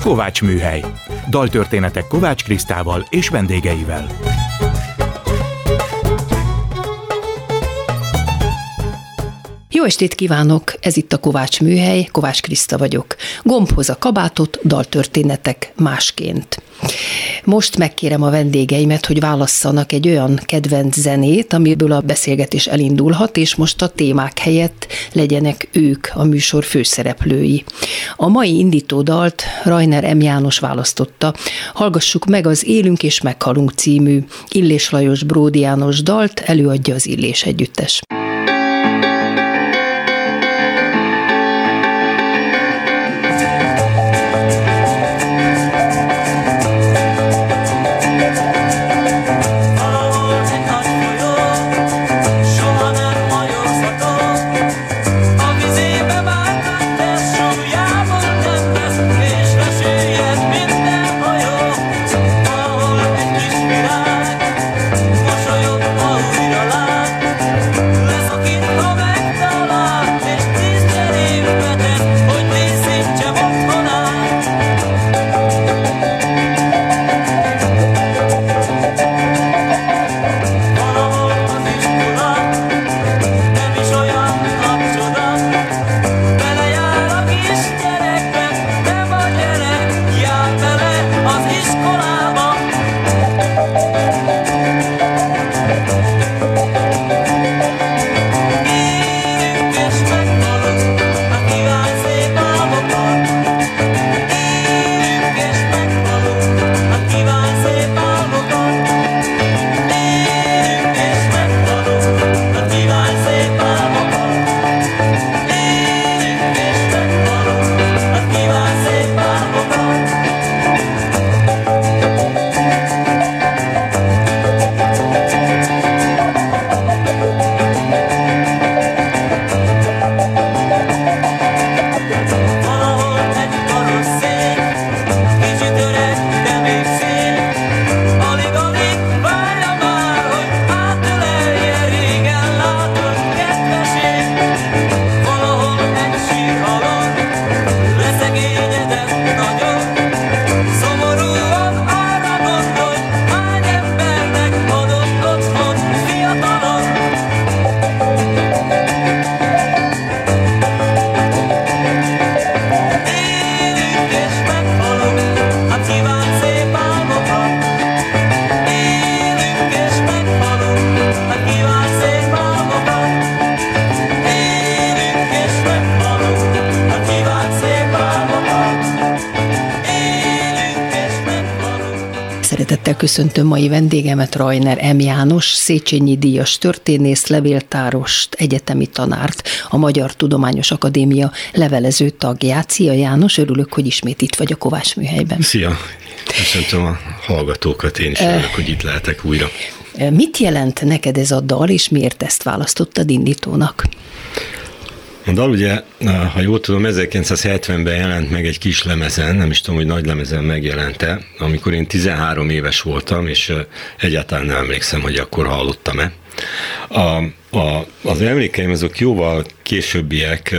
Kovács Műhely. Daltörténetek Kovács Krisztával és vendégeivel. Jó estét kívánok! Ez itt a Kovács Műhely, Kovács Kriszta vagyok. Gombhoz a kabátot, daltörténetek másként. Most megkérem a vendégeimet, hogy válasszanak egy olyan kedvenc zenét, amiből a beszélgetés elindulhat, és most a témák helyett legyenek ők a műsor főszereplői. A mai indító dalt Rajner M. János választotta. Hallgassuk meg az Élünk és meghalunk című Illés Lajos Bródi János dalt, előadja az Illés Együttes. Szeretettel köszöntöm mai vendégemet, Rajner M. János, Széchenyi díjas történész, levéltárost, egyetemi tanárt, a Magyar Tudományos Akadémia levelező tagját. Szia János, örülök, hogy ismét itt vagy a Kovács Műhelyben. Szia, köszöntöm a hallgatókat, én is örülök, hogy itt lehetek újra. Mit jelent neked ez a dal, és miért ezt választottad indítónak? A dal ugye, ha jól tudom, 1970-ben jelent meg egy kis lemezen, nem is tudom, hogy nagy lemezen megjelente, amikor én 13 éves voltam, és egyáltalán nem emlékszem, hogy akkor hallottam-e. Az emlékeim azok jóval későbbiek,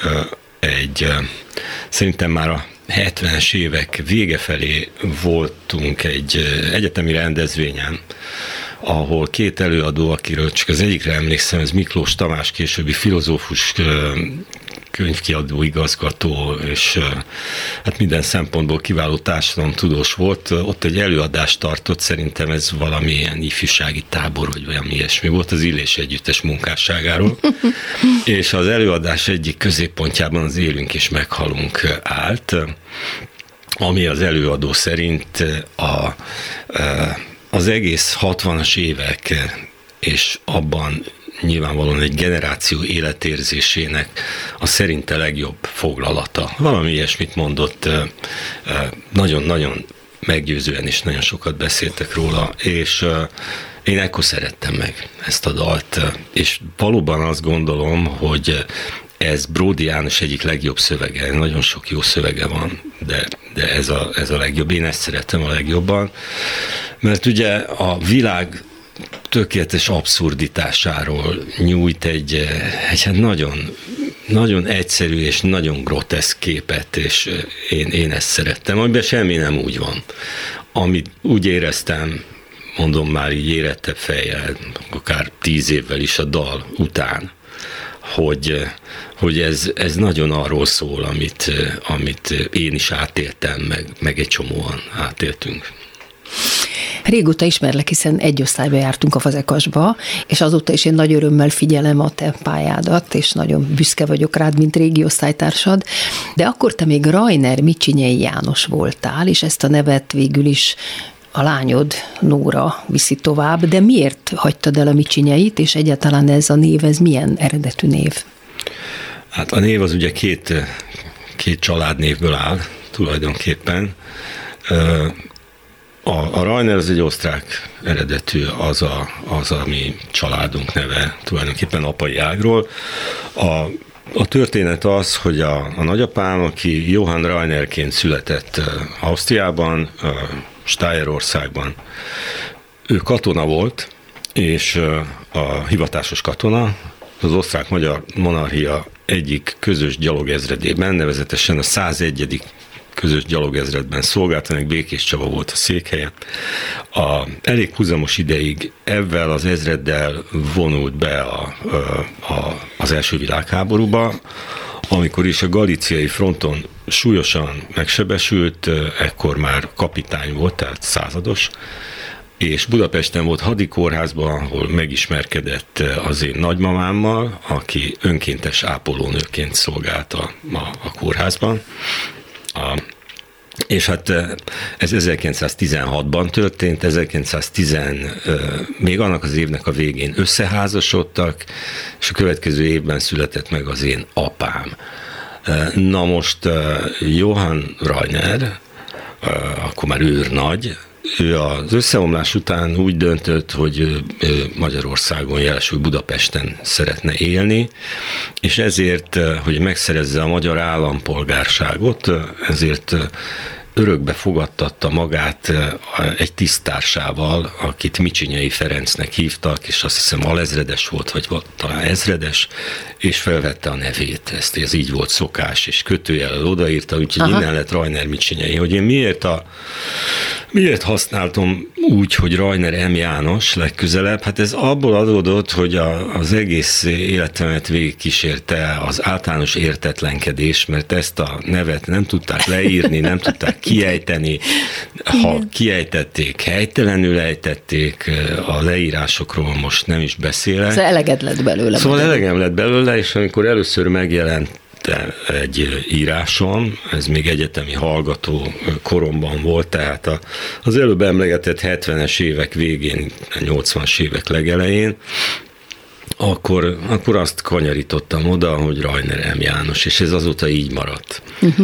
szerintem már a 70-es évek vége felé voltunk egy egyetemi rendezvényen, ahol két előadó, akiről csak az egyikre emlékszem, ez Miklós Tamás, későbbi filozófus, könyvkiadó, igazgató, és hát minden szempontból kiváló társadalomtudós volt. Ott egy előadást tartott, szerintem ez valamilyen ifjúsági tábor, vagy valami ilyesmi volt, az Illés Együttes munkásságáról. És az előadás egyik középpontjában az Élünk és meghalunk állt, ami az előadó szerint az egész 60-as évek, és abban nyilvánvalóan egy generáció életérzésének a szerinte legjobb foglalata. Valami ilyesmit mondott, nagyon-nagyon meggyőzően, és nagyon sokat beszéltek róla, és én ekkor szerettem meg ezt a dalt, és valóban azt gondolom, hogy ez Bródi János egyik legjobb szövege, nagyon sok jó szövege van, de ez a legjobb, én ezt szeretem a legjobban, mert ugye a világ tökéletes abszurditásáról nyújt egy nagyon, nagyon egyszerű és nagyon groteszk képet, és én ezt szerettem, amiben semmi nem úgy van. Amit úgy éreztem, mondom már így érettebb fejjel, akár 10 évvel is a dal után, hogy ez nagyon arról szól, amit én is átéltem, meg egy csomóan átéltünk. Régóta ismerlek, hiszen egy osztályba jártunk a Fazekasba, és azóta is én nagy örömmel figyelem a te pályádat, és nagyon büszke vagyok rád, mint régi osztálytársad, de akkor te még Rajner Micsinyei János voltál, és ezt a nevet végül is a lányod, Nóra viszi tovább, de miért hagytad el a Micsinyeit, és egyáltalán ez a név, ez milyen eredetű név? Hát a név az ugye két családnévből áll tulajdonképpen. A Rajner az egy osztrák eredetű, az a mi családunk neve, tulajdonképpen apai ágról. A történet az, hogy a nagyapám, aki Johann Rajnerként született Ausztriában, Stájerországban, ő katona volt, és a hivatásos katona az osztrák-magyar monarchia egyik közös gyalogezredében, nevezetesen a 101. közös gyalogezredben szolgált, ennek Békés Csaba volt a székhelye. Elég húzamos ideig ezzel az ezreddel vonult be az első világháborúba, amikor is a galíciai fronton súlyosan megsebesült, ekkor már kapitány volt, tehát százados, és Budapesten volt hadikórházban, ahol megismerkedett az én nagymamámmal, aki önkéntes ápolónőként szolgált a kórházban. És hát ez 1916-ban történt, még annak az évnek a végén összeházasodtak, és a következő évben született meg az én apám. Na most Johann Rajner, akkor már őrnagy, ő az összeomlás után úgy döntött, hogy Magyarországon, jelesül Budapesten szeretne élni, és ezért, hogy megszerezze a magyar állampolgárságot, ezért örökbe fogadtatta magát egy tiszttársával, akit Micsinyei Ferencnek hívtak, és azt hiszem alezredes volt, vagy talán ezredes, és felvette a nevét. Ez így volt szokás, és kötőjellel odaírta, úgyhogy innen lett Rajner Micsinyei. Hogy én miért használtam úgy, hogy Rajner M. János legközelebb? Hát ez abból adódott, hogy az egész életemet végigkísérte az általános értetlenkedés, mert ezt a nevet nem tudták leírni, nem tudták kiejteni. Ha kiejtették, helytelenül ejtették, a leírásokról most nem is beszélek. Szóval eleged lett belőle. Szóval elegem lett belőle, és amikor először megjelent egy írásom, ez még egyetemi hallgató koromban volt, tehát az előbb emlegetett 70-es évek végén, 80-as évek legelején, akkor azt kanyarítottam oda, hogy Rajner M. János, és ez azóta így maradt.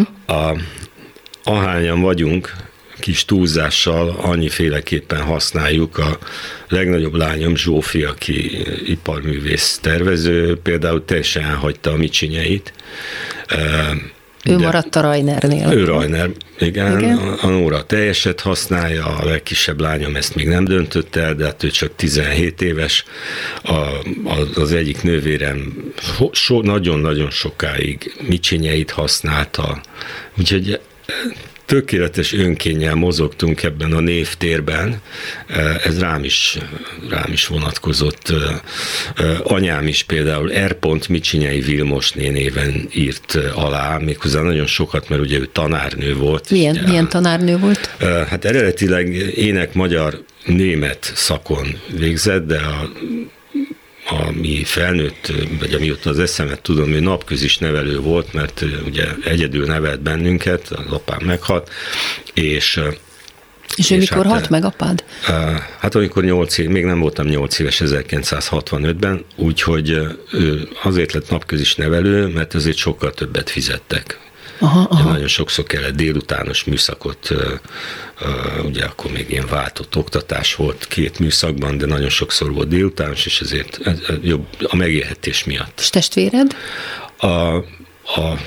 Ahányan vagyunk, kis túlzással annyiféleképpen használjuk. A legnagyobb lányom Zsófi, aki iparművész tervező, például teljesen elhagyta a Micsinyeit. Ő maradt a Rajnernél. Ő Rajner, igen. A Nóra teljeset használja, a legkisebb lányom ezt még nem döntött el, de hát ő csak 17 éves. Az egyik nővérem nagyon-nagyon sokáig Micsinyeit használta, úgyhogy tökéletes önkénnyel mozogtunk ebben a névtérben, ez rám is vonatkozott. Anyám is például R. Micsinyei Vilmosné néven írt alá, méghozzá nagyon sokat, mert ugye ő tanárnő volt. Milyen tanárnő volt? Hát eredetileg ének-magyar-német szakon végzett, de ami felnőtt, vagy amióta az eszemet tudom, ő napközis nevelő volt, mert ugye egyedül nevelt bennünket, az apám meghalt, és ő mikor halt meg apád? Hát amikor 8 év, még nem voltam 8 éves 1965-ben, úgyhogy ő azért lett napközis nevelő, mert azért sokkal többet fizettek. Aha. Nagyon sokszor kellett délutános műszakot, ugye akkor még ilyen váltott oktatás volt 2 műszakban, de nagyon sokszor volt délutános, és ezért jobb a megélhetés miatt. És testvéred? A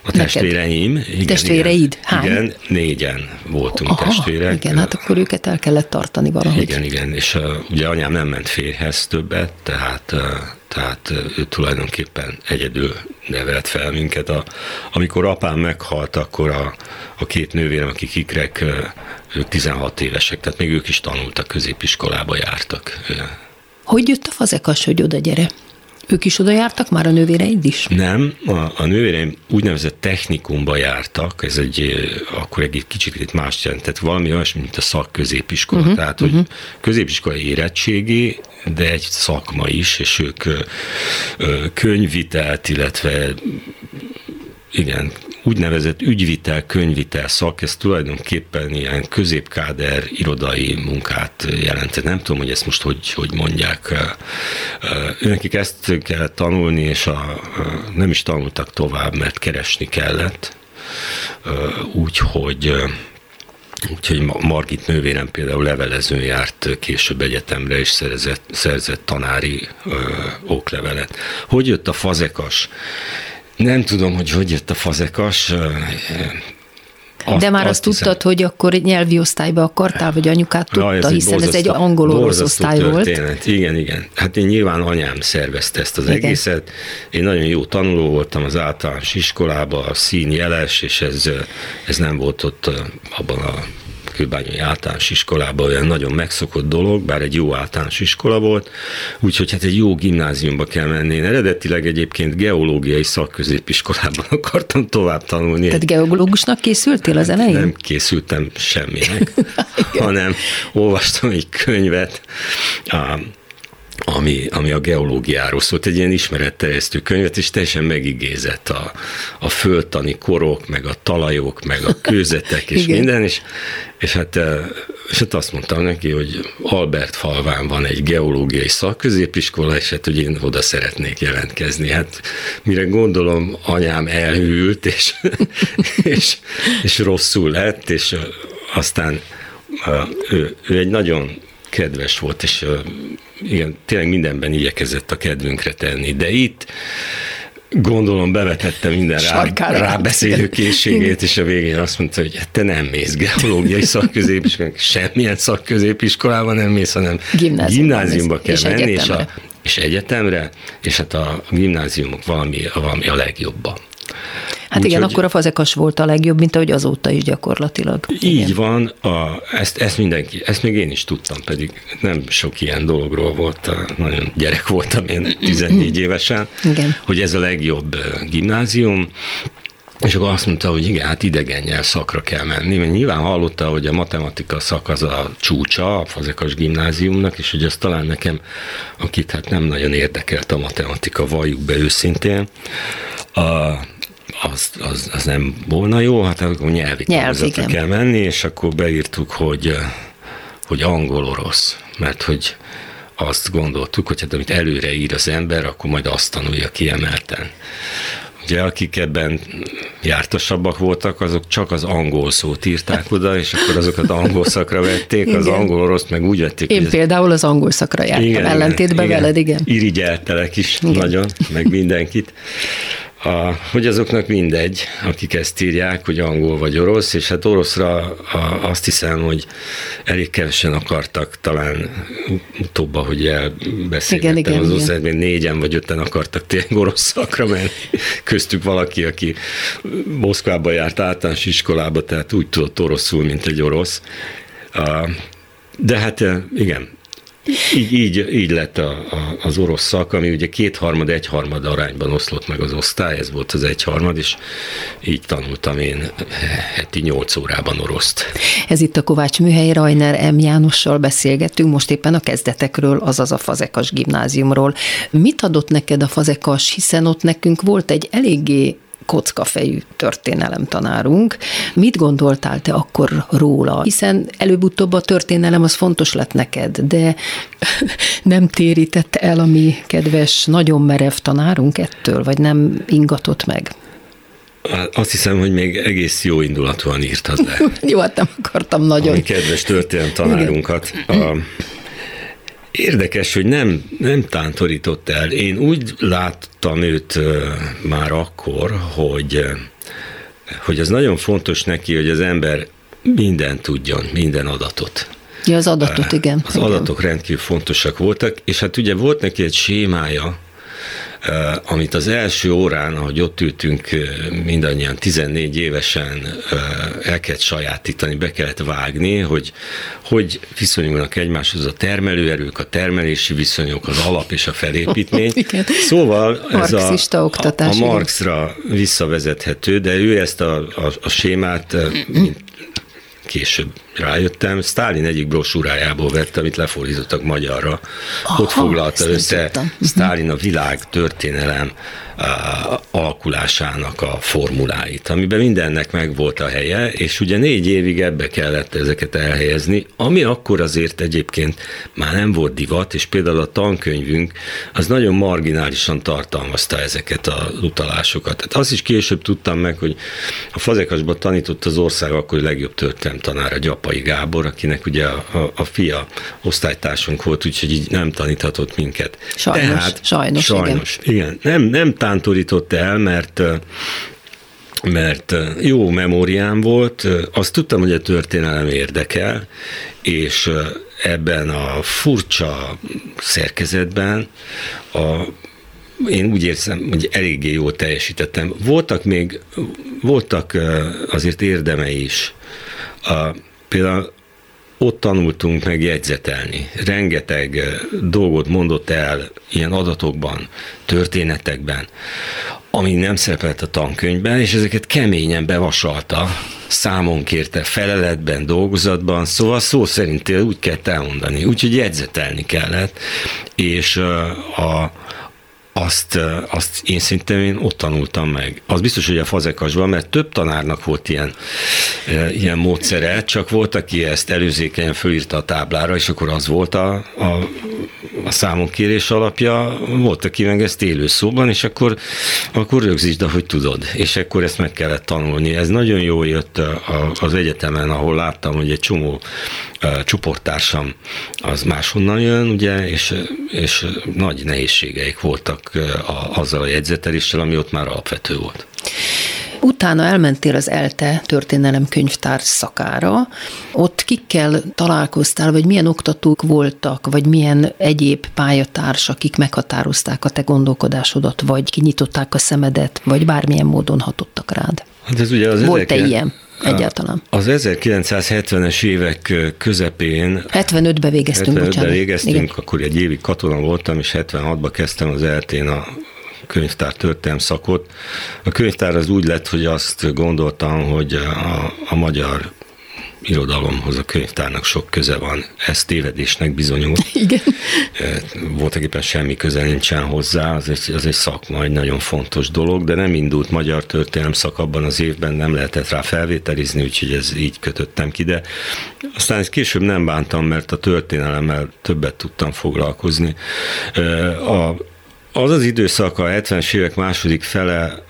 A testvéreim. Igen, testvéreid? Hány? Igen, 4-en voltunk testvérek. Igen, hát akkor őket el kellett tartani valahogy. Igen, és ugye anyám nem ment férjhez többet, tehát ő tulajdonképpen egyedül nevelt fel minket. Amikor apám meghalt, akkor a 2 nővérem, akik ikrek, ők 16 évesek, tehát még ők is tanultak, középiskolába jártak. Hogy jött a fazekas, hogy oda gyere? Ők is oda jártak már, a nővéreid is? Nem, a nővéreim úgynevezett technikumba jártak, ez akkor egy kicsit más jelentett, valami olyasmi, mint a szakközépiskola, tehát hogy középiskolai érettségi, de egy szakma is, és ők könyvvitelt, illetve igen, úgynevezett ügyvitel, könyvvitel szak, ez tulajdonképpen ilyen középkáder irodai munkát jelentett. Nem tudom, hogy ezt most hogy mondják. Nekik ezt kellett tanulni, és nem is tanultak tovább, mert keresni kellett. Úgyhogy Margit nővérem például levelezőn járt később egyetemre, és szerzett tanári oklevelet. Hogy jött a fazekas? Nem tudom, hogy jött a fazekas. De már azt tudtad, hogy akkor egy nyelvi osztályba akartál, vagy anyukát tudta, hiszen ez egy angol-orosz osztály történet volt. Igen. Hát én nyilván anyám szervezte ezt az egészet. Én nagyon jó tanuló voltam az általános iskolában, a színjeles, és ez nem volt ott abban a kőbányai általános iskolában olyan nagyon megszokott dolog, bár egy jó általános iskola volt, úgyhogy hát egy jó gimnáziumba kell menni. Én eredetileg egyébként geológiai szakközépiskolában akartam tovább tanulni. Tehát geológusnak készültél az elején? Nem készültem semminek, hanem olvastam egy könyvet, ami a geológiáról szólt, egy ilyen ismeretterjesztő könyvet, és teljesen megigézett a földtani korok, meg a talajok, meg a kőzetek, és minden, és hát azt mondtam neki, hogy Albertfalván van egy geológiai szakközépiskola, és hát, hogy én oda szeretnék jelentkezni. Hát mire gondolom, anyám elhűlt, és rosszul lett, és aztán ő egy nagyon kedves volt, és igen, tényleg mindenben igyekezett a kedvünkre tenni, de itt gondolom bevetette minden rábeszélő készségét, és a végén azt mondta, hogy te nem mész geológiai szakközépiskolában, semmilyen szakközépiskolában nem mész, hanem gimnáziumba kell menni, és egyetemre, és hát a gimnáziumok valami a legjobban. Hát igen, akkor a fazekas volt a legjobb, mint ahogy azóta is gyakorlatilag. Így van, ezt még én is tudtam, pedig nem sok ilyen dologról volt, nagyon gyerek voltam én 14 évesen, igen, hogy ez a legjobb gimnázium, és akkor azt mondta, hogy igen, hát idegen nyelv szakra kell menni, mert nyilván hallotta, hogy a matematika szak az a csúcsa a fazekas gimnáziumnak, és hogy az talán nekem, akit hát nem nagyon érdekelt a matematika, valljuk be őszintén, az nem volna jó, hát akkor nyelvi tanulatra kell menni, és akkor beírtuk, hogy angol-orosz, mert hogy azt gondoltuk, hogy hát amit előre ír az ember, akkor majd azt tanulja kiemelten. Ugye akik ebben jártasabbak voltak, azok csak az angol szót írták oda, és akkor azokat angol szakra vették, az angol-oroszt meg úgy vették. Én például az angol szakra jártam, ellentétben veled, igen. Irigyeltelek is nagyon, meg mindenkit. Hogy azoknak mindegy, akik ezt írják, hogy angol vagy orosz, és hát oroszra azt hiszem, hogy elég kevesen akartak, talán utóbb, ahogy elbeszélgettem az ország, még 4-en vagy 5-en akartak tényleg orosz szakra menni. Köztük valaki, aki Moszkvába járt általános iskolába, tehát úgy tudott oroszul, mint egy orosz. De hát igen, így lett az orosz szak, ami ugye 2/3-1/3 arányban oszlott meg az osztály, ez volt az 1/3, és így tanultam én heti 8 órában oroszt. Ez itt a Kovács Műhely, Rajner M. Jánossal beszélgettünk most éppen a kezdetekről, azaz a fazekas gimnáziumról. Mit adott neked a fazekas, hiszen ott nekünk volt egy eléggé kockafejű történelemtanárunk. Mit gondoltál te akkor róla? Hiszen előbb-utóbb a történelem az fontos lett neked, de nem térítette el a mi kedves, nagyon merev tanárunk ettől, vagy nem ingatott meg? Azt hiszem, hogy még egész jó indulatúan írtad le. Jó, hát nem akartam nagyon. A mi kedves történelemtanárunkat. Érdekes, hogy nem tántorított el. Én úgy láttam őt már akkor, hogy hogy az nagyon fontos neki, hogy az ember mindent tudjon, minden adatot. Ja, az adatot, igen. Az adatok rendkívül fontosak voltak, és hát ugye volt neki egy sémája, amit az első órán, ahogy ott ültünk mindannyian 14 évesen, el kellett sajátítani, be kellett vágni, hogy viszonyulnak egymáshoz a termelőerők, a termelési viszonyok, az alap és a felépítmény. Szóval ez a Marxra visszavezethető, de ő ezt a sémát, később rájöttem, Sztálin egyik brosúrájából vette, amit lefordítottak magyarra. Ott foglalta össze Sztálin a világ történelem alakulásának a formuláit, amiben mindennek megvolt a helye, és ugye 4 évig ebbe kellett ezeket elhelyezni, ami akkor azért egyébként már nem volt divat, és például a tankönyvünk az nagyon marginálisan tartalmazta ezeket az utalásokat. Tehát azt is később tudtam meg, hogy a Fazekasban tanított az ország akkori legjobb történelemtanára, Gyapai Gábor, akinek ugye a fia osztálytársunk volt, úgyhogy így nem taníthatott minket. Sajnos, igen. Nem tántorított el, mert jó memóriám volt, azt tudtam, hogy a történelem érdekel, és ebben a furcsa szerkezetben én úgy érzem, hogy eléggé jól teljesítettem. Voltak azért érdemei is. Például ott tanultunk meg jegyzetelni. Rengeteg dolgot mondott el ilyen adatokban, történetekben, ami nem szerepelt a tankönyvben, és ezeket keményen bevasalta, számon kérte feleletben, dolgozatban, szóval szó szerint úgy kellett elmondani, úgyhogy jegyzetelni kellett, és azt én szerintem ott tanultam meg. Az biztos, hogy a Fazekasban, mert több tanárnak volt ilyen módszere, csak volt, aki ezt előzékenyen fölírta a táblára, és akkor az volt a számonkérés alapja, volt, aki meg ezt élő szóban, és akkor rögzítsd, ahogy tudod. És akkor ezt meg kellett tanulni. Ez nagyon jól jött az egyetemen, ahol láttam, hogy egy csomó csoporttársam az máshonnan jön, ugye, és nagy nehézségeik voltak azzal a jegyzeteléssel, ami ott már alapvető volt. Utána elmentél az ELTE történelemkönyvtár szakára. Ott kikkel találkoztál, vagy milyen oktatók voltak, vagy milyen egyéb pályatársak, akik meghatározták a te gondolkodásodat, vagy kinyitották a szemedet, vagy bármilyen módon hatottak rád? Hát ez ugye volt-e ilyen egyáltalán? Az 1970-es évek közepén... 75-ben végeztünk, bocsánat. Igen. Akkor egy évig katona voltam, és 76-ban kezdtem az ELTE-n a könyvtár történelem szakot. A könyvtár az úgy lett, hogy azt gondoltam, hogy a magyar irodalomhoz a könyvtárnak sok köze van. Ez tévedésnek bizonyult. Igen. Voltak éppen semmi köze nincsen hozzá, az egy szakma, egy nagyon fontos dolog, de nem indult magyar történelem szak abban az évben, nem lehetett rá felvételizni, úgyhogy ez így kötöttem ki, de aztán ezt később nem bántam, mert a történelemmel többet tudtam foglalkozni. Az időszak, a 70-es évek második fele,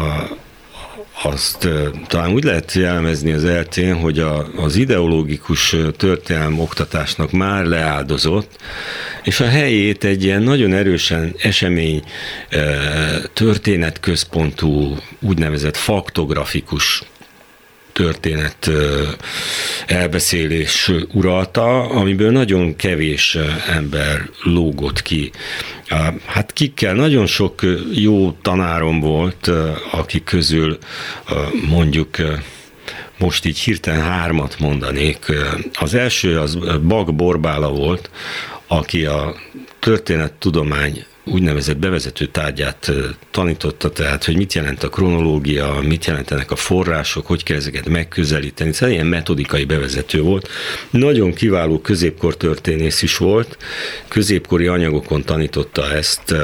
azt talán úgy lehet jellemezni az ELTE-n, hogy az ideológikus történelem oktatásnak már leáldozott, és a helyét egy ilyen nagyon erősen esemény történetközpontú, úgynevezett faktografikus történet elbeszélés uralta, amiből nagyon kevés ember lógott ki. Hát kikkel nagyon sok jó tanárom volt, akik közül mondjuk most így hirtelen 3-at mondanék. Az első az Bak Borbála volt, aki a történettudomány úgynevezett bevezető tárgyát tanította, tehát, hogy mit jelent a kronológia, mit jelentenek a források, hogy kell ezeket megközelíteni. Szóval ilyen metodikai bevezető volt. Nagyon kiváló középkortörténész is volt, középkori anyagokon tanította ezt,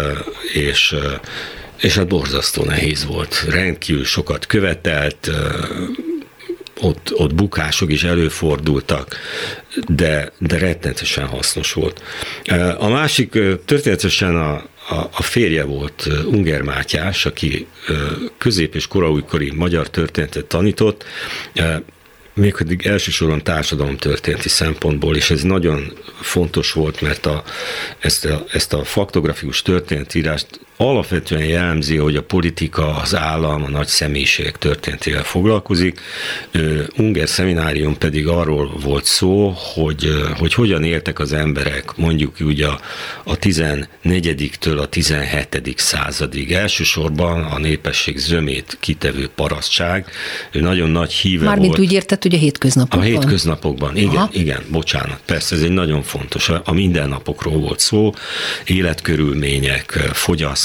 és hát borzasztó nehéz volt. Rendkívül sokat követelt, ott bukások is előfordultak, de rettenetesen hasznos volt. A másik történetesen a férje volt, Unger Mátyás, aki közép- és koraújkori magyar történetet tanított, mégpedig elsősorban társadalomtörténeti szempontból, és ez nagyon fontos volt, mert ezt a faktografikus történetírást alapvetően jellemzi, hogy a politika, az állam, a nagy személyiségek történetével foglalkozik. Unger szeminárium pedig arról volt szó, hogy hogyan éltek az emberek, mondjuk úgy a 14-től a 17. századig. Elsősorban a népesség zömét kitevő parasztság. Ő nagyon nagy híve Mármint volt. úgy érted, hogy a hétköznapokban? A hétköznapokban, igen, bocsánat. Persze ez egy nagyon fontos. A mindennapokról volt szó, életkörülmények, fogyasztás.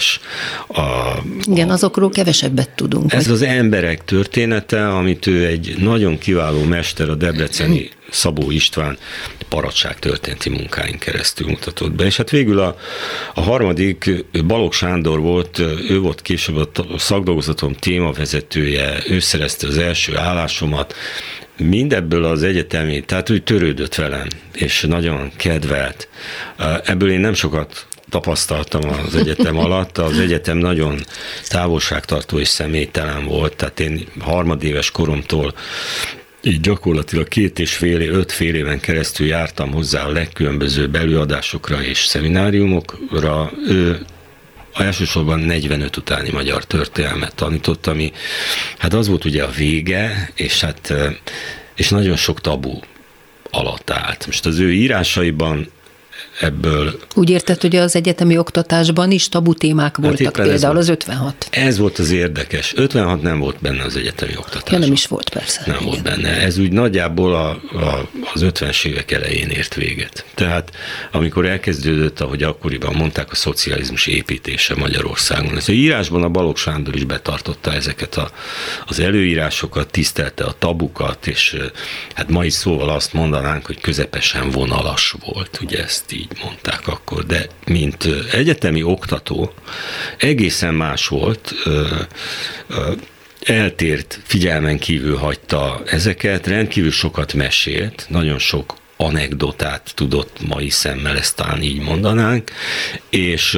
Igen, azokról kevesebbet tudunk. Ez az emberek története, amit ő egy nagyon kiváló mester, a debreceni Szabó István paradság történeti munkáin keresztül mutatott be. És hát végül a harmadik Balogh Sándor volt, ő volt később a szakdolgozatom témavezetője, ő szerezte az első állásomat, mindebből az egyetemi, tehát úgy törődött velem, és nagyon kedvelt. Ebből én nem sokat tapasztaltam az egyetem alatt. Az egyetem nagyon távolságtartó és személytelen volt, tehát én harmadéves koromtól így gyakorlatilag 2,5-5 fél éven keresztül jártam hozzá a legkülönbözőbb előadásokra és szemináriumokra. Ő elsősorban 45 utáni magyar történelmet tanított, ami hát az volt ugye a vége, és nagyon sok tabu alatt állt. Most az ő írásaiban ebből... Úgy érted, hogy az egyetemi oktatásban is tabu témák voltak, például az 56. Ez volt az érdekes. 56 nem volt benne az egyetemi oktatásban. Ja, nem is volt persze. Nem volt benne. Ez úgy nagyjából az 50-es évek elején ért véget. Tehát amikor elkezdődött, ahogy akkoriban mondták, a szocializmus építése Magyarországon. Ez a írásban a Balogh Sándor is betartotta ezeket az előírásokat, tisztelte a tabukat, és hát mai szóval azt mondanánk, hogy közepesen vonalas volt. Ugye ezt így mondták akkor, de mint egyetemi oktató egészen más volt, eltért, figyelmen kívül hagyta ezeket, rendkívül sokat mesélt, nagyon sok anekdotát tudott mai szemmel, ezt talán így mondanánk, és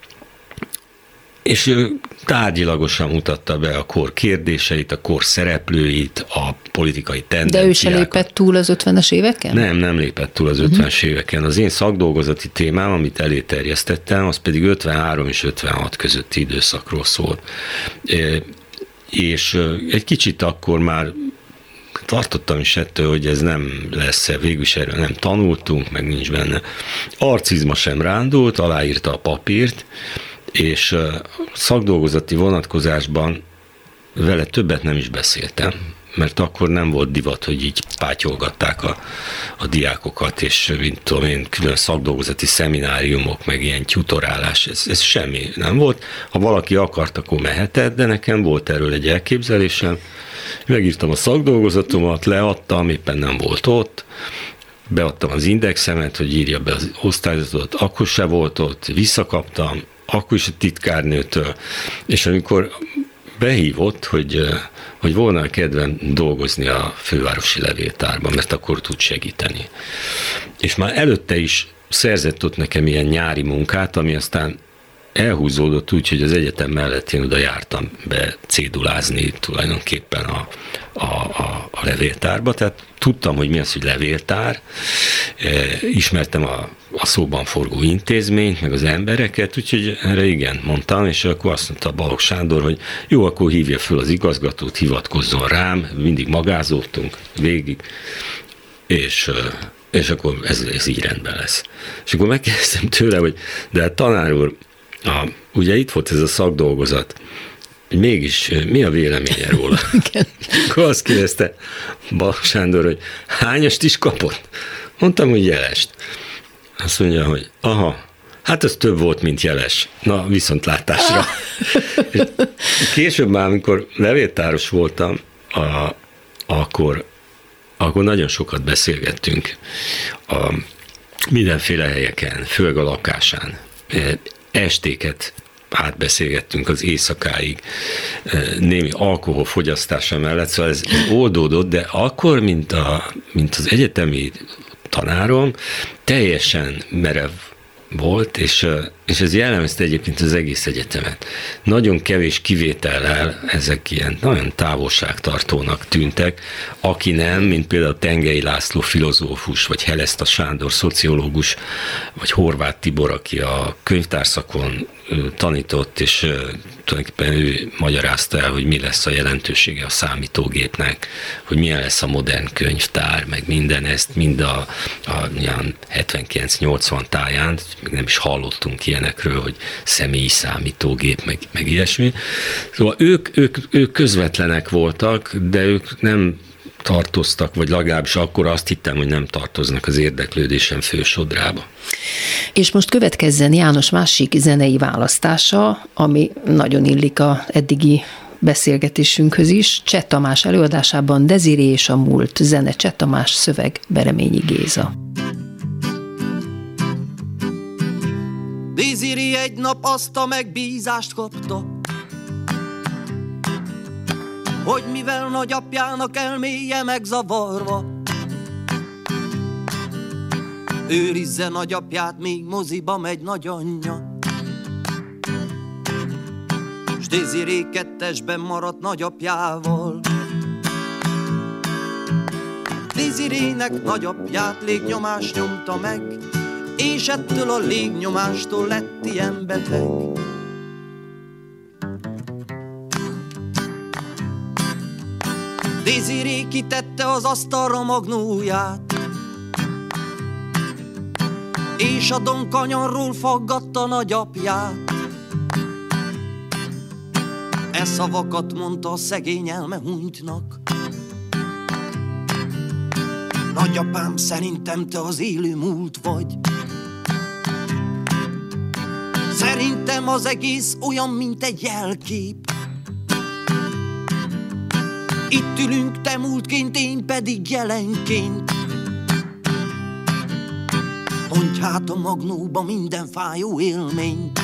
tárgyilagosan mutatta be a kor kérdéseit, a kor szereplőit, a politikai tendenciákat. De ő se lépett túl az 50-es éveken? Nem lépett túl az 50-es éveken. Az én szakdolgozati témám, amit eléterjesztettem, az pedig 53 és 56 közötti időszakról szólt. És egy kicsit akkor már tartottam is ettől, hogy ez nem lesz, végül is erről nem tanultunk, meg nincs benne. Arcizma sem rándult, aláírta a papírt, és szakdolgozati vonatkozásban vele többet nem is beszéltem, mert akkor nem volt divat, hogy így pátyolgatták a diákokat, és mint tudom én, külön szakdolgozati szemináriumok, meg ilyen tutorálás, ez semmi nem volt. Ha valaki akart, akkor mehetett, de nekem volt erről egy elképzelésem. Megírtam a szakdolgozatomat, leadtam, éppen nem volt ott, beadtam az indexemet, hogy írja be az osztályzatot, akkor se volt ott, visszakaptam, akkor is a titkárnőtől, és amikor behívott, hogy volna kedvem dolgozni a fővárosi levéltárban, mert akkor tud segíteni. És már előtte is szerzett ott nekem ilyen nyári munkát, ami aztán elhúzódott úgy, hogy az egyetem mellett én oda jártam be cédulázni tulajdonképpen a levéltárba, tehát tudtam, hogy mi az, hogy levéltár, ismertem a szóban forgó intézményt, meg az embereket, úgyhogy erre igen mondtam, és akkor azt mondta Balogh Sándor, hogy jó, akkor hívja föl az igazgatót, hivatkozzon rám, mindig magázoltunk végig, és akkor ez így rendben lesz. És akkor megkérdeztem tőle, hogy de hát tanár úr, ugye itt volt ez a szakdolgozat, hogy mégis mi a véleménye róla? Akkor azt kérdezte Balogh Sándor, hogy hányast is kapott? Mondtam, hogy jelest. Azt mondja, hogy hát ez több volt, mint jeles. Na, viszontlátásra. Később már, amikor levéltáros voltam, akkor nagyon sokat beszélgettünk mindenféle helyeken, főleg a lakásán. Estéket átbeszélgettünk az éjszakáig, némi alkoholfogyasztása mellett, szóval ez oldódott, de akkor, mint az egyetemi tanárom, teljesen merev volt, és ez jellemezte egyébként az egész egyetemet. Nagyon kevés kivétellel ezek ilyen nagyon távolságtartónak tűntek, aki nem, mint például Tengely László filozófus, vagy Heleszta Sándor szociológus, vagy Horváth Tibor, aki a könyvtárszakon tanított, és tulajdonképpen ő magyarázta el, hogy mi lesz a jelentősége a számítógépnek, hogy milyen lesz a modern könyvtár, meg minden ezt, mind a 79-80 táján, még nem is hallottunk ilyenekről, hogy személyi számítógép, meg ilyesmi. Szóval ők közvetlenek voltak, de ők nem tartoztak, vagy legalábbis akkor azt hittem, hogy nem tartoznak az érdeklődésem fősodrába. És most következzen János másik zenei választása, ami nagyon illik a eddigi beszélgetésünkhöz is. Cseh Tamás előadásában Deziré és a múlt, zene Cseh Tamás, szöveg Bereményi Géza. Deziré egy nap azt a megbízást kapta, hogy mivel nagyapjának elméje megzavarva, őrizze nagyapját, míg moziba megy nagyanyja. S Deziré kettesben maradt nagyapjával. Dezirének nagyapját légnyomás nyomta meg, és ettől a légnyomástól lett ilyen beteg. Deziré kitette az asztalra magnóját, és a Donkanyarról faggatta nagyapját. E szavakat mondta a szegény elmehúnytnak: nagyapám, szerintem te az élő múlt vagy. Szerintem az egész olyan, mint egy jelkép. Itt ülünk, te múltként, én pedig jelenként. Mondj hát a magnóba minden fájó élményt,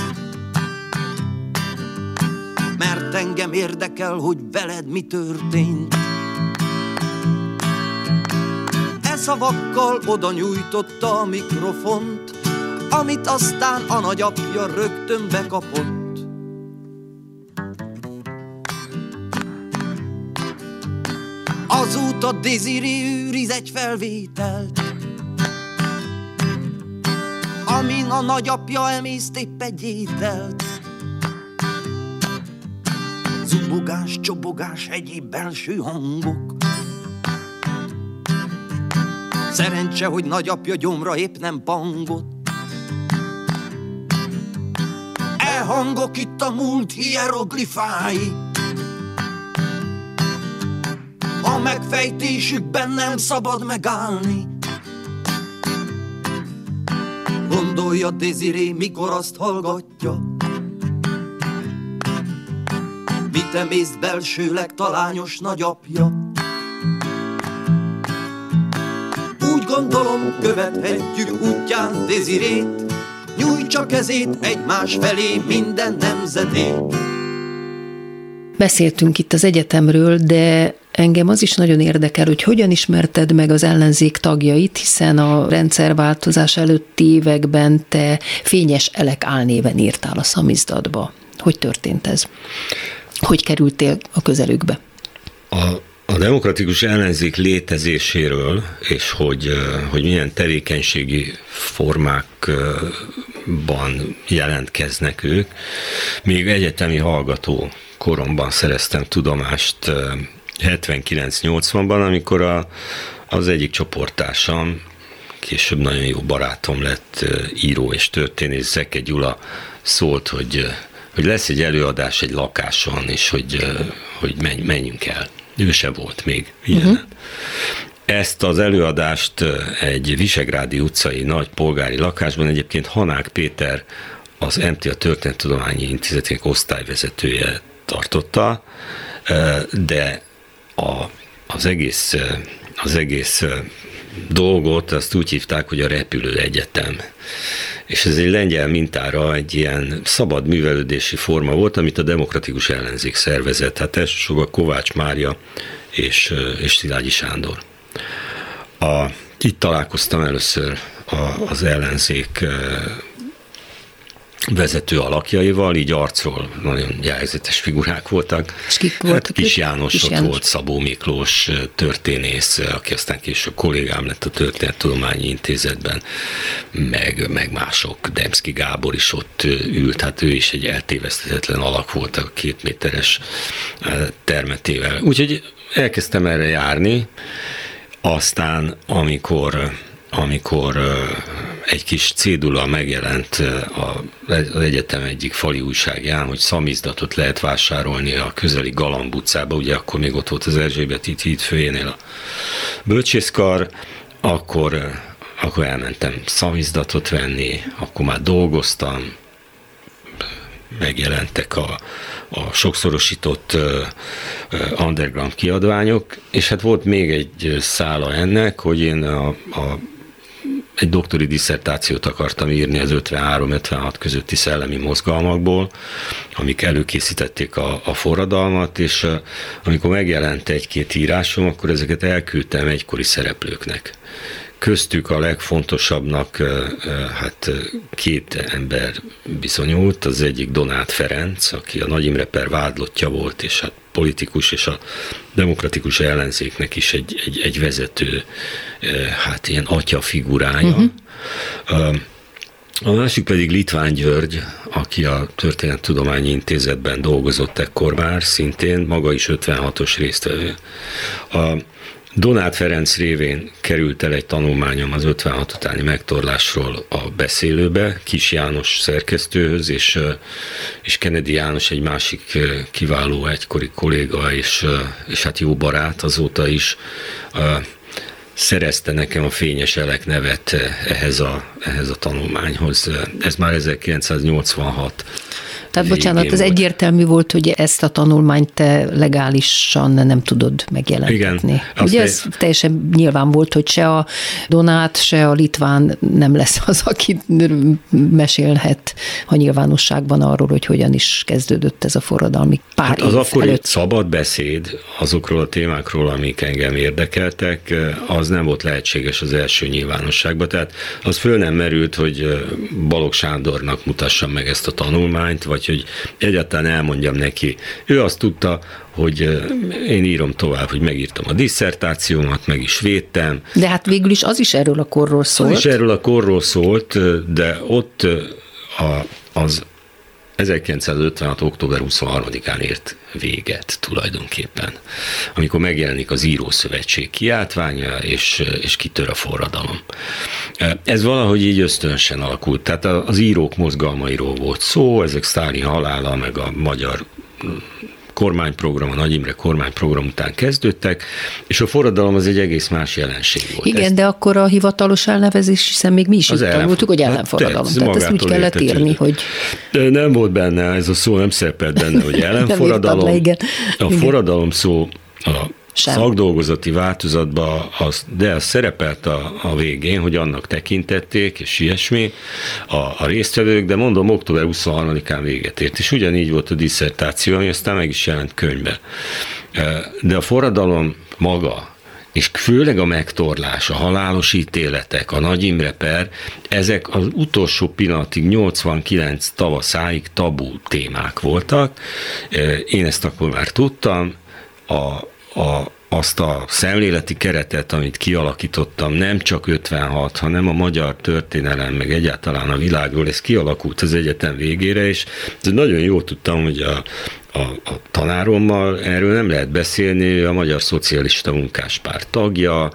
mert engem érdekel, hogy veled mi történt. E szavakkal oda nyújtotta a mikrofont, amit aztán a nagyapja rögtön bekapott. Azóta Deziré őriz egy felvételt, amin a nagyapja emészt épp egy ételt. Zubogás, csobogás, egyéb belső hangok. Szerencse, hogy nagyapja gyomra épp nem pangott. E hangok itt a múlt hieroglifái, a megfejtésükben nem szabad megállni. Gondolja Deziré, mikor azt hallgatja, mit emészt belsőleg talányos nagyapja. Úgy gondolom, követhetjük útján Dezirét, nyújtsa kezét egymás felé minden nemzedék. Beszéltünk itt az egyetemről, de engem az is nagyon érdekel, hogy hogyan ismerted meg az ellenzék tagjait, hiszen a rendszerváltozás előtti években te Fényes Elek álnéven írtál a szamizdatba. Hogy történt ez? Hogy kerültél a közelükbe? A demokratikus ellenzék létezéséről, és hogy milyen tevékenységi formákban jelentkeznek ők, még egyetemi hallgató koromban szereztem tudomást 79-80-ban, amikor az egyik csoporttársam, később nagyon jó barátom lett, író és történész, Zeke Gyula szólt, hogy lesz egy előadás egy lakáson, és hogy menjünk el. Ő se volt még ilyen. Ezt az előadást egy Visegrádi utcai nagy polgári lakásban egyébként Hanák Péter, az MTA Történettudományi Intézetének osztályvezetője tartotta, de az egész dolgot azt úgy hívták, hogy a Repülő Egyetem. És ez egy lengyel mintára egy ilyen szabad művelődési forma volt, amit a demokratikus ellenzék szervezett. Hát elsősorban Kovács Mária és Szilágyi Sándor. Itt találkoztam először az ellenzék vezető alakjaival, így arcról nagyon jellegzetes figurák voltak. És kik voltak? Kis János ott volt, Szabó Miklós történész, aki aztán később kollégám lett a Történettudományi Intézetben, meg mások. Demszky Gábor is ott ült, hát ő is egy eltéveszthetetlen alak volt a 2 méteres termetével. Úgyhogy elkezdtem erre járni, aztán amikor egy kis cédula megjelent az egyetem egyik fali újságján, hogy szamizdatot lehet vásárolni a közeli Galamb utcába, ugye akkor még ott volt az Erzsébet híd főjénél a bölcsészkar, akkor elmentem szamizdatot venni, akkor már dolgoztam, megjelentek a sokszorosított underground kiadványok, és hát volt még egy szála ennek, hogy én egy doktori disszertációt akartam írni az 53-56 közötti szellemi mozgalmakból, amik előkészítették a forradalmat, és amikor megjelent 1-2 írásom, akkor ezeket elküldtem egykori szereplőknek. Köztük a legfontosabbnak hát 2 ember bizonyult, az egyik Donát Ferenc, aki a Nagy Imre per vádlottja volt, és a politikus és a demokratikus ellenzéknek is egy vezető, hát ilyen atya figurája. A másik pedig Litván György, aki a Történettudományi Intézetben dolgozott ekkor már, szintén maga is 56-os résztvevő. A Donát Ferenc révén került el egy tanulmányom az 56 utáni megtorlásról a Beszélőbe, Kis János szerkesztőhöz, és Kennedy János egy másik kiváló egykori kolléga, és hát jó barát azóta is, szerezte nekem a Fényes Elek nevet ehhez a tanulmányhoz. Ez már 1986. Tehát bocsánat, ez egyértelmű volt, hogy ezt a tanulmányt te legálisan nem tudod megjelentetni. Igen. Ugye ez teljesen nyilván volt, hogy se a Donát, se a Litván nem lesz az, aki mesélhet a nyilvánosságban arról, hogy hogyan is kezdődött ez a forradalmi pár év az akkori előtt. Szabad beszéd azokról a témákról, amik engem érdekeltek, az nem volt lehetséges az első nyilvánosságban. Tehát az föl nem merült, hogy Balogh Sándornak mutassam meg ezt a tanulmányt, vagy hogy egyáltalán elmondjam neki. Ő azt tudta, hogy én írom tovább, hogy megírtam a disszertációmat, meg is védtem. De hát végül is az is erről a korról szólt. Az is erről a korról szólt, de ott az 1956. október 23-án ért véget tulajdonképpen, amikor megjelenik az Írószövetség kiáltványa, és kitör a forradalom. Ez valahogy így ösztönösen alakult, tehát az írók mozgalmairól volt szó, ezek Sztálin halála, meg a magyar kormányprogram, a Nagy Imre kormányprogram után kezdődtek, és a forradalom az egy egész más jelenség volt. Igen, de akkor a hivatalos elnevezés, hiszen még mi is itt tanultuk, hogy ellenforradalom. Tehát ezt úgy kellett írni, hogy... Nem volt benne, ez a szó nem szerepelt benne, hogy ellenforradalom. A forradalom szó szakdolgozati változatban, de az szerepelt a végén, hogy annak tekintették, és ilyesmi a résztvevők, de mondom, október 23-án véget ért, és ugyanígy volt a disszertáció, ami aztán meg is jelent könyvbe. De a forradalom maga, és főleg a megtorlás, a halálos ítéletek, a Nagy Imre per, ezek az utolsó pillanatig, 89 tavaszáig tabu témák voltak. Én ezt akkor már tudtam, azt a szemléleti keretet, amit kialakítottam, nem csak 56, hanem a magyar történelem, meg egyáltalán a világról, ez kialakult az egyetem végére, és nagyon jól tudtam, hogy a tanárommal erről nem lehet beszélni, ő a Magyar Szocialista Munkáspárt tagja,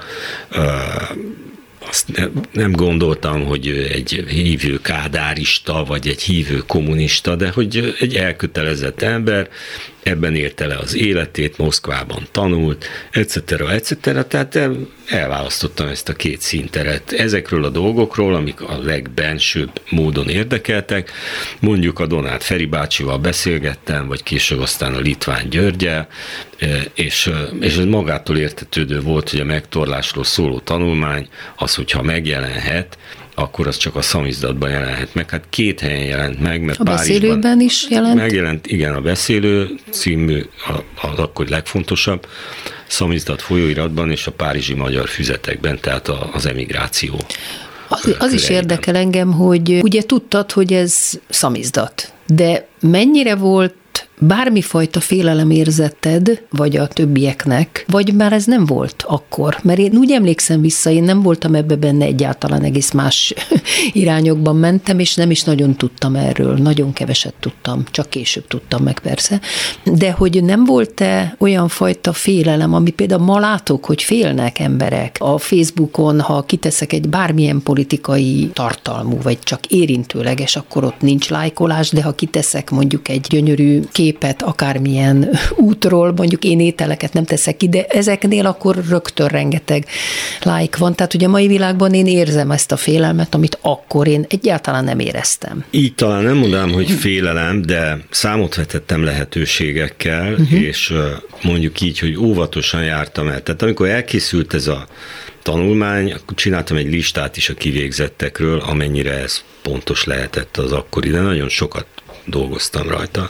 azt nem gondoltam, hogy egy hívő kádárista, vagy egy hívő kommunista, de hogy egy elkötelezett ember, ebben érte le az életét, Moszkvában tanult, etc. Tehát elválasztottam ezt a 2 színteret. Ezekről a dolgokról, amik a legbensőbb módon érdekeltek, mondjuk a Donát Feri bácsival beszélgettem, vagy később aztán a Litván Györggyel, és ez magától értetődő volt, hogy a megtorlásról szóló tanulmány, az, hogyha megjelenhet, akkor az csak a szamizdatban jelenhet meg. Hát 2 helyen jelent meg, mert a Beszélőben is jelent? Megjelent, igen, a Beszélő című, az akkor legfontosabb szamizdat folyóiratban, és a Párizsi Magyar Füzetekben, tehát az emigráció. Az is érdekel engem, hogy ugye tudtad, hogy ez szamizdat, de mennyire volt bármifajta félelemérzeted, vagy a többieknek, vagy már ez nem volt akkor? Mert én úgy emlékszem vissza, én nem voltam ebbe benne egyáltalán, egész más irányokban mentem, és nem is nagyon tudtam erről, nagyon keveset tudtam, csak később tudtam meg persze, de hogy nem volt-e olyan fajta félelem, ami például ma látok, hogy félnek emberek a Facebookon, ha kiteszek egy bármilyen politikai tartalmú, vagy csak érintőleges, akkor ott nincs lájkolás, de ha kiteszek mondjuk egy gyönyörű képet akármilyen útról, mondjuk én ételeket nem teszek ki, de ezeknél akkor rögtön rengeteg like van. Tehát ugye a mai világban én érzem ezt a félelmet, amit akkor én egyáltalán nem éreztem. Így talán nem mondanám, hogy félelem, de számot vetettem lehetőségekkel, és mondjuk így, hogy óvatosan jártam el. Tehát amikor elkészült ez a tanulmány, akkor csináltam egy listát is a kivégzettekről, amennyire ez pontos lehetett az akkori, de nagyon sokat dolgoztam rajta.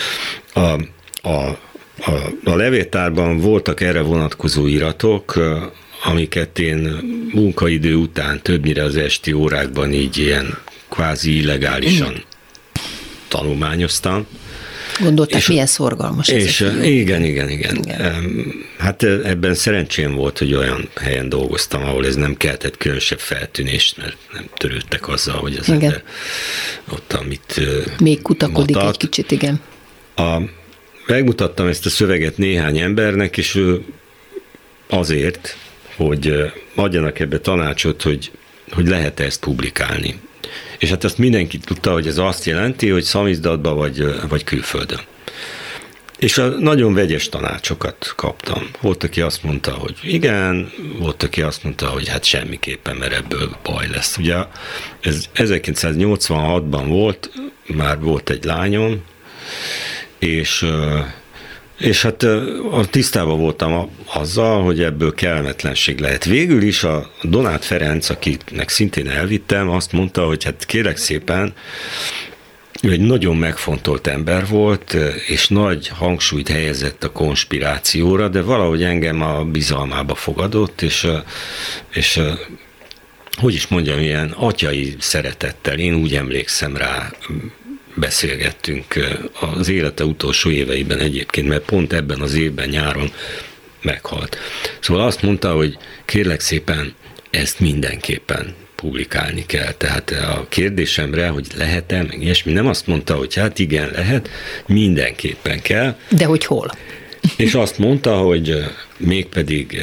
A levéltárban voltak erre vonatkozó iratok, amiket én munkaidő után többnyire az esti órákban így ilyen kvázi illegálisan tanulmányoztam. Gondolták, milyen szorgalmas ez. És igen. Hát ebben szerencsém volt, hogy olyan helyen dolgoztam, ahol ez nem keltett különösebb feltűnést, mert nem törődtek azzal, hogy az ember ott, amit még kutakodik egy kicsit, igen. Megmutattam ezt a szöveget néhány embernek, és azért, hogy adjanak ebbe tanácsot, hogy lehet ezt publikálni. És hát azt mindenki tudta, hogy ez azt jelenti, hogy szamizdatba vagy külföldön. És nagyon vegyes tanácsokat kaptam. Volt, aki azt mondta, hogy igen, volt, aki azt mondta, hogy hát semmiképpen, mert ebből baj lesz. Ugye ez 1986-ban volt, már volt egy lányom, és hát tisztában voltam azzal, hogy ebből kellemetlenség lehet. Végül is a Donát Ferenc, akinek szintén elvittem, azt mondta, hogy hát kérlek szépen, ő egy nagyon megfontolt ember volt, és nagy hangsúlyt helyezett a konspirációra, de valahogy engem a bizalmába fogadott, és hogy is mondjam, ilyen atyai szeretettel, én úgy emlékszem rá, beszélgettünk az élete utolsó éveiben egyébként, mert pont ebben az évben nyáron meghalt. Szóval azt mondta, hogy kérlek szépen, ezt mindenképpen publikálni kell. Tehát a kérdésemre, hogy lehet-e, meg ilyesmi, nem azt mondta, hogy hát igen, lehet, mindenképpen kell. De hogy hol? És azt mondta, hogy mégpedig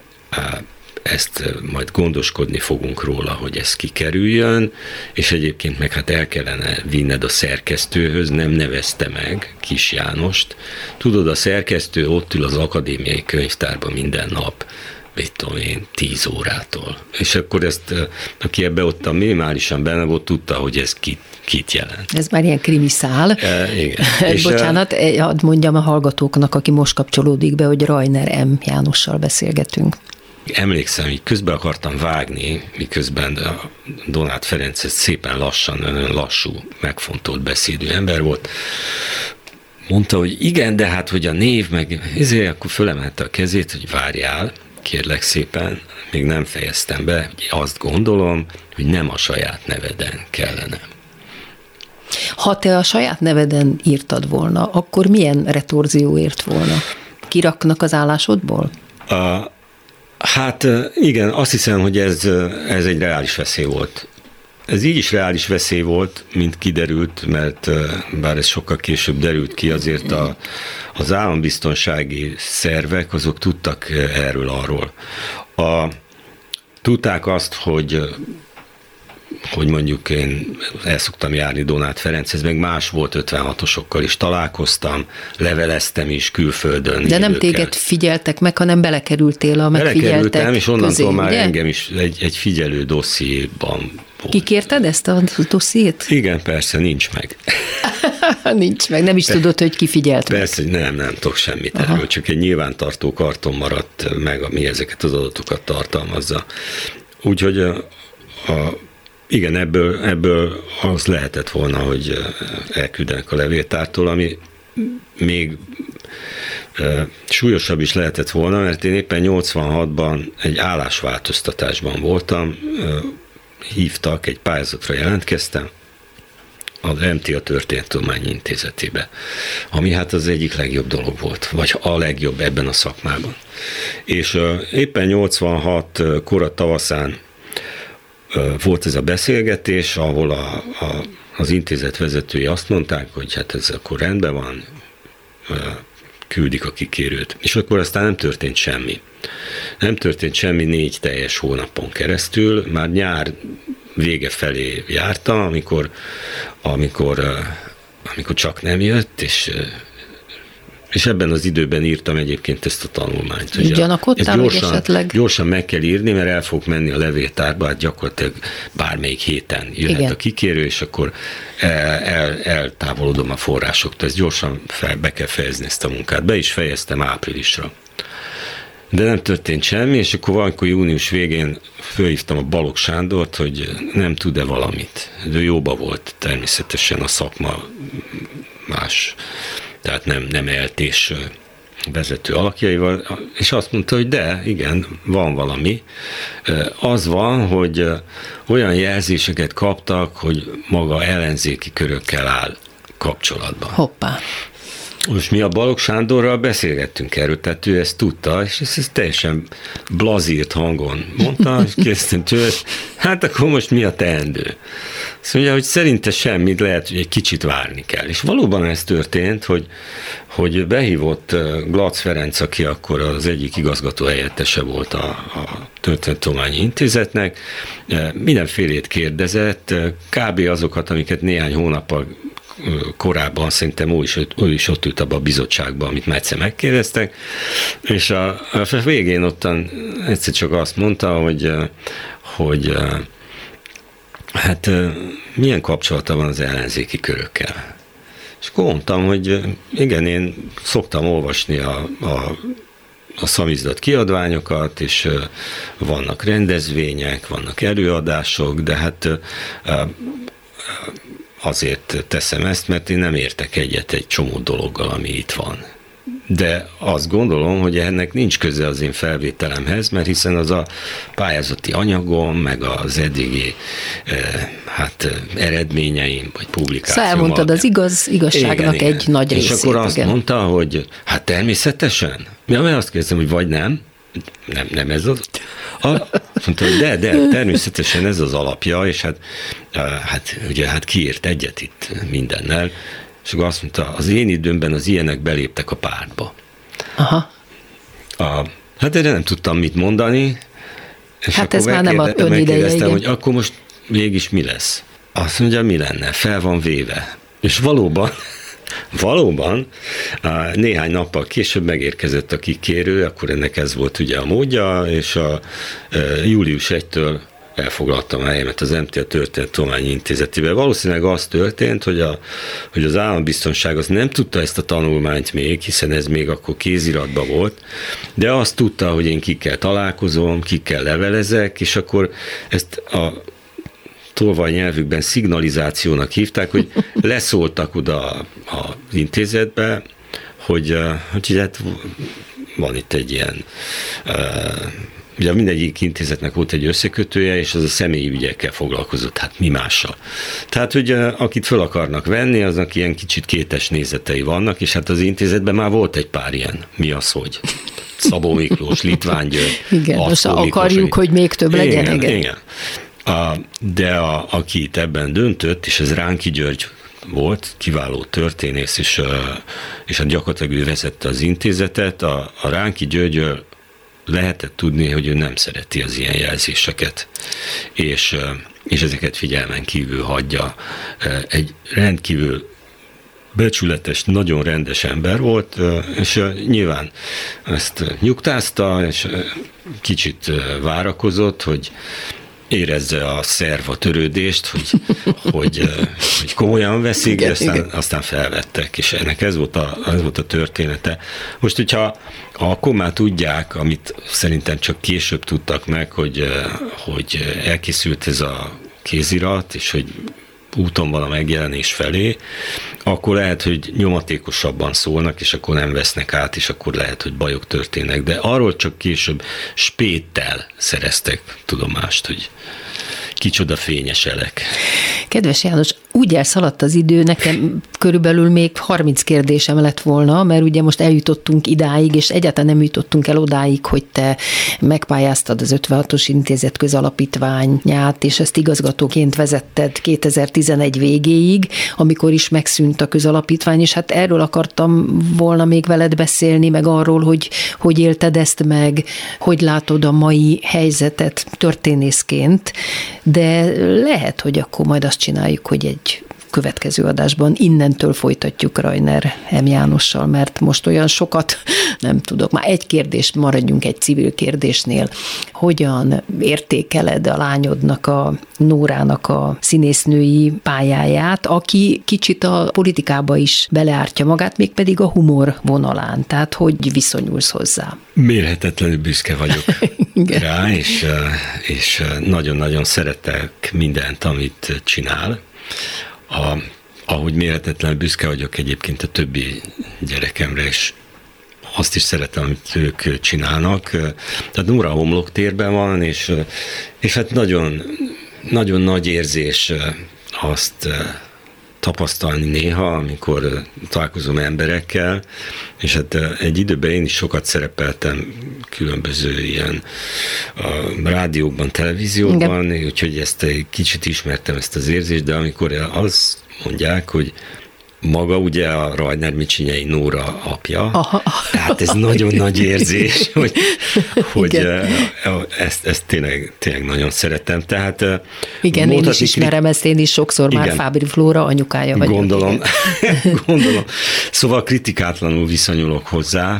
ezt majd gondoskodni fogunk róla, hogy ez kikerüljön, és egyébként meg hát el kellene vinned a szerkesztőhöz, nem nevezte meg Kis Jánost. Tudod, a szerkesztő ott ül az akadémiai könyvtárban minden nap, mit tudom én, 10 órától. És akkor ezt, aki ebbe ott minimálisan benne volt, tudta, hogy ez kit jelent. Ez már ilyen krimiszál. Igen. Bocsánat, hadd mondjam a hallgatóknak, aki most kapcsolódik be, hogy Rajner M. Jánossal beszélgetünk. Emlékszem, hogy közben akartam vágni, miközben a Donát Ferenc szépen lassan, nagyon lassú, megfontolt beszédű ember volt. Mondta, hogy igen, de hát, hogy a név, meg ezért akkor fölemelte a kezét, hogy várjál, kérlek szépen, még nem fejeztem be, hogy azt gondolom, hogy nem a saját neveden kellene. Ha te a saját neveden írtad volna, akkor milyen retorzió ért volna? Kiraknak az állásodból? Hát igen, azt hiszem, hogy ez egy reális veszély volt. Ez így is reális veszély volt, mint kiderült, mert bár ez sokkal később derült ki, azért az állambiztonsági szervek azok tudtak arról. Tudták azt, hogy mondjuk én el szoktam járni Donát Ferenchez, meg más volt 56-osokkal is találkoztam, leveleztem is külföldön. De nem téged figyeltek meg, hanem belekerültél a megfigyeltek Belekerültem, és onnantól közé, már ugye? engem is egy figyelő dossziéban volt. Kikérted ezt a dossziét? Igen, persze, nincs meg. Nincs meg, nem is tudod, hogy ki figyelt meg. Persze, nem tudok semmit erről, csak egy nyilvántartó karton maradt meg, ami ezeket az adatokat tartalmazza. Úgyhogy igen, ebből az lehetett volna, hogy elküldenek a levéltártól, ami még súlyosabb is lehetett volna, mert én éppen 86-ban egy állásváltoztatásban voltam, hívtak, egy pályázatra jelentkeztem, az MTA Történettudományi Intézetébe, ami hát az egyik legjobb dolog volt, vagy a legjobb ebben a szakmában. És éppen 86 kora tavaszán volt ez a beszélgetés, ahol az intézet vezetői azt mondták, hogy hát ez akkor rendben van, küldik a kikérőt. És akkor aztán nem történt semmi. Nem történt semmi 4 teljes hónapon keresztül, már nyár vége felé jártam, amikor csak nem jött, és ebben az időben írtam egyébként ezt a tanulmányt. Gyanakodtál, hogy esetleg? Gyorsan meg kell írni, mert el fogok menni a levéltárba, hát gyakorlatilag bármelyik héten jöhet igen. a kikérő, és akkor eltávolodom a forrásoktól. Ezt gyorsan be kell fejezni ezt a munkát. Be is fejeztem áprilisra. De nem történt semmi, és akkor valamikor június végén fölhívtam a Balogh Sándort, hogy nem tud-e valamit. De jóba volt természetesen a szakma más, tehát nem eltés vezető alakjaival, és azt mondta, hogy de, igen, van valami. Az van, hogy olyan jelzéseket kaptak, hogy maga ellenzéki körökkel áll kapcsolatban. Hoppá. Most mi a Balogh Sándorral beszélgettünk erről, tehát ő ezt tudta, és ezt teljesen blazírt hangon mondta, és kérdeztem tőle, hát akkor most mi a teendő? Azt mondja, hogy szerinte semmit, lehet, hogy egy kicsit várni kell. És valóban ez történt, hogy behívott Glatz Ferenc, aki akkor az egyik igazgató helyettese volt a Történettudományi Intézetnek, mindenfélét kérdezett, kb. Azokat, amiket néhány hónappal korábban szerintem ő is ott ült abban a bizottságban, amit már egyszer megkérdeztek, és a végén ottan egyszer csak azt mondta, hogy hát milyen kapcsolata van az ellenzéki körökkel. És akkor mondtam, hogy igen, én szoktam olvasni a szamizdat kiadványokat, és vannak rendezvények, vannak előadások, de hát azért teszem ezt, mert én nem értek egyet egy csomó dologgal, ami itt van. De azt gondolom, hogy ennek nincs köze az én felvételemhez, mert hiszen az a pályázati anyagom, meg az eddigi eredményeim, vagy publikációm. Szóval elmondtad az igazságnak igen, egy nagy részét. És akkor azt mondta, hogy hát természetesen. Mert azt kérdezem, hogy vagy nem ez az. Mondta, hogy de, természetesen ez az alapja, és hát ugye kiírt egyet itt mindennel, és akkor azt mondta, az én időmben az ilyenek beléptek a pártba. Aha. Hát erre nem tudtam mit mondani, és hát ez már nem a megkérdeztem, hogy akkor most mégis mi lesz? Azt mondja, mi lenne? Fel van véve. És valóban néhány nappal később megérkezett a kikérő, akkor ennek ez volt ugye a módja, és a július 1-től elfoglaltam a helyemet az MTA Történettudományi Intézetébe. Valószínűleg az történt, hogy az állambiztonság az nem tudta ezt a tanulmányt még, hiszen ez még akkor kéziratban volt, de azt tudta, hogy én kikkel találkozom, kikkel levelezek, és akkor ezt a tolvaj nyelvükben szignalizációnak hívták, hogy leszóltak oda az intézetbe, hogy hát van itt egy ilyen, ugye mindegyik intézetnek volt egy összekötője, és az a személyi ügyekkel foglalkozott, hát mi mással. Tehát, hogy akit föl akarnak venni, aznak ilyen kicsit kétes nézetei vannak, és hát az intézetben már volt egy pár ilyen, mi az, hogy Szabó Miklós, Litván György, igen, most akarjuk, hogy még több legyen. Igen. De aki itt ebben döntött, és ez Ránki György volt, kiváló történész, és gyakorlatilag ő vezette az intézetet, a Ránki Györgyről lehetett tudni, hogy ő nem szereti az ilyen jelzéseket, és ezeket figyelmen kívül hagyja. Egy rendkívül becsületes, nagyon rendes ember volt, és nyilván ezt nyugtázta, és kicsit várakozott, hogy érezze a szerv a törődést, hogy komolyan veszik, de aztán felvettek, és ennek ez volt a története. Most, hogyha akkor már tudják, amit szerintem csak később tudtak meg, hogy elkészült ez a kézirat, és hogy úton van a megjelenés felé, akkor lehet, hogy nyomatékosabban szólnak, és akkor nem vesznek át, és akkor lehet, hogy bajok történnek. De arról csak később spéttel szereztek tudomást, hogy kicsoda fényes elek. Kedves János, úgy elszaladt az idő, nekem körülbelül még 30 kérdésem lett volna, mert ugye most eljutottunk idáig, és egyáltalán nem jutottunk el odáig, hogy te megpályáztad az 56-os intézet közalapítványát, és ezt igazgatóként vezetted 2011 végéig, amikor is megszűnt a közalapítvány, és hát erről akartam volna még veled beszélni, meg arról, hogy élted ezt meg, hogy látod a mai helyzetet történészként, de lehet, hogy akkor majd azt csináljuk, hogy egy következő adásban innentől folytatjuk Rajner M. Jánossal, mert most olyan sokat, nem tudok, már egy kérdést, maradjunk egy civil kérdésnél. Hogyan értékeled a lányodnak, a Nórának a színésznői pályáját, aki kicsit a politikába is beleártja magát, mégpedig a humor vonalán, tehát hogy viszonyulsz hozzá? Mérhetetlenül büszke vagyok rá, és nagyon-nagyon szeretek mindent, amit csinál. Ahogy mérhetetlenül büszke vagyok egyébként a többi gyerekemre, és azt is szeretem, amit ők csinálnak. Tehát Nóra homloktérben van, és hát nagyon, nagyon nagy érzés azt tapasztalni néha, amikor találkozom emberekkel, és hát egy időben én is sokat szerepeltem különböző ilyen rádiókban, televízióban, úgyhogy ezt egy kicsit ismertem, ezt az érzést, de amikor azt mondják, hogy maga ugye a Rajner Micsinyei Nóra apja, tehát ez nagyon nagy érzés, hogy ezt tényleg nagyon szeretem. Tehát igen, én is ismerem ezt, én is sokszor igen, már Fábri Flóra anyukája vagyok. Gondolom. Szóval kritikátlanul viszonyulok hozzá,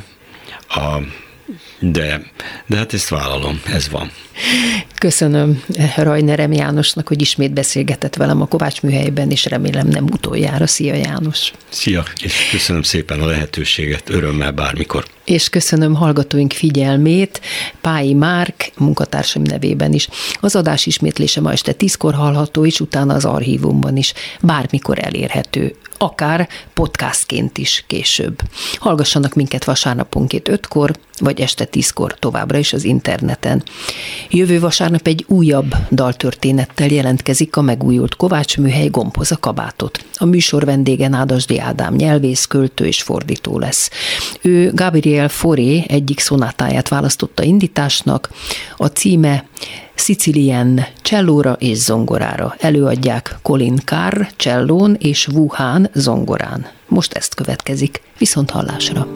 de hát ezt vállalom, ez van. Köszönöm Rajner M. Jánosnak, hogy ismét beszélgetett velem a Kovács műhelyben, és remélem nem utoljára. Szia, János! Szia, és köszönöm szépen a lehetőséget, örömmel bármikor. És köszönöm hallgatóink figyelmét, Pályi Márk munkatársam nevében is. Az adás ismétlése ma este 10-kor hallható, és utána az archívumban is bármikor elérhető, akár podcastként is később. Hallgassanak minket vasárnaponként 5-kor, vagy este 10-kor továbbra is az interneten. Jövő vasárnap egy újabb daltörténettel jelentkezik a megújult Kovács műhely Gombhoz a kabátot. A műsor vendége Nádasdy Ádám nyelvész, költő és fordító lesz. Ő Gabriel Fauré egyik szonátáját választotta indításnak, a címe Sicilien csellóra és zongorára. Előadják Colin Carr csellón és Wu Han zongorán. Most ezt következik. Viszont hallásra!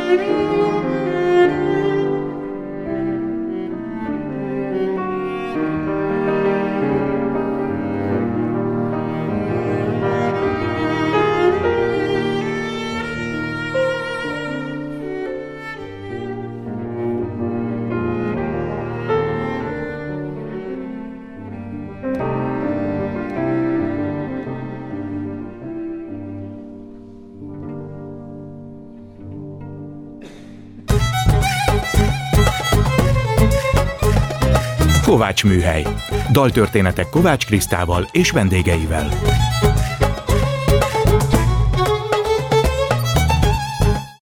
Kovács Műhely. Daltörténetek Kovács Krisztával és vendégeivel.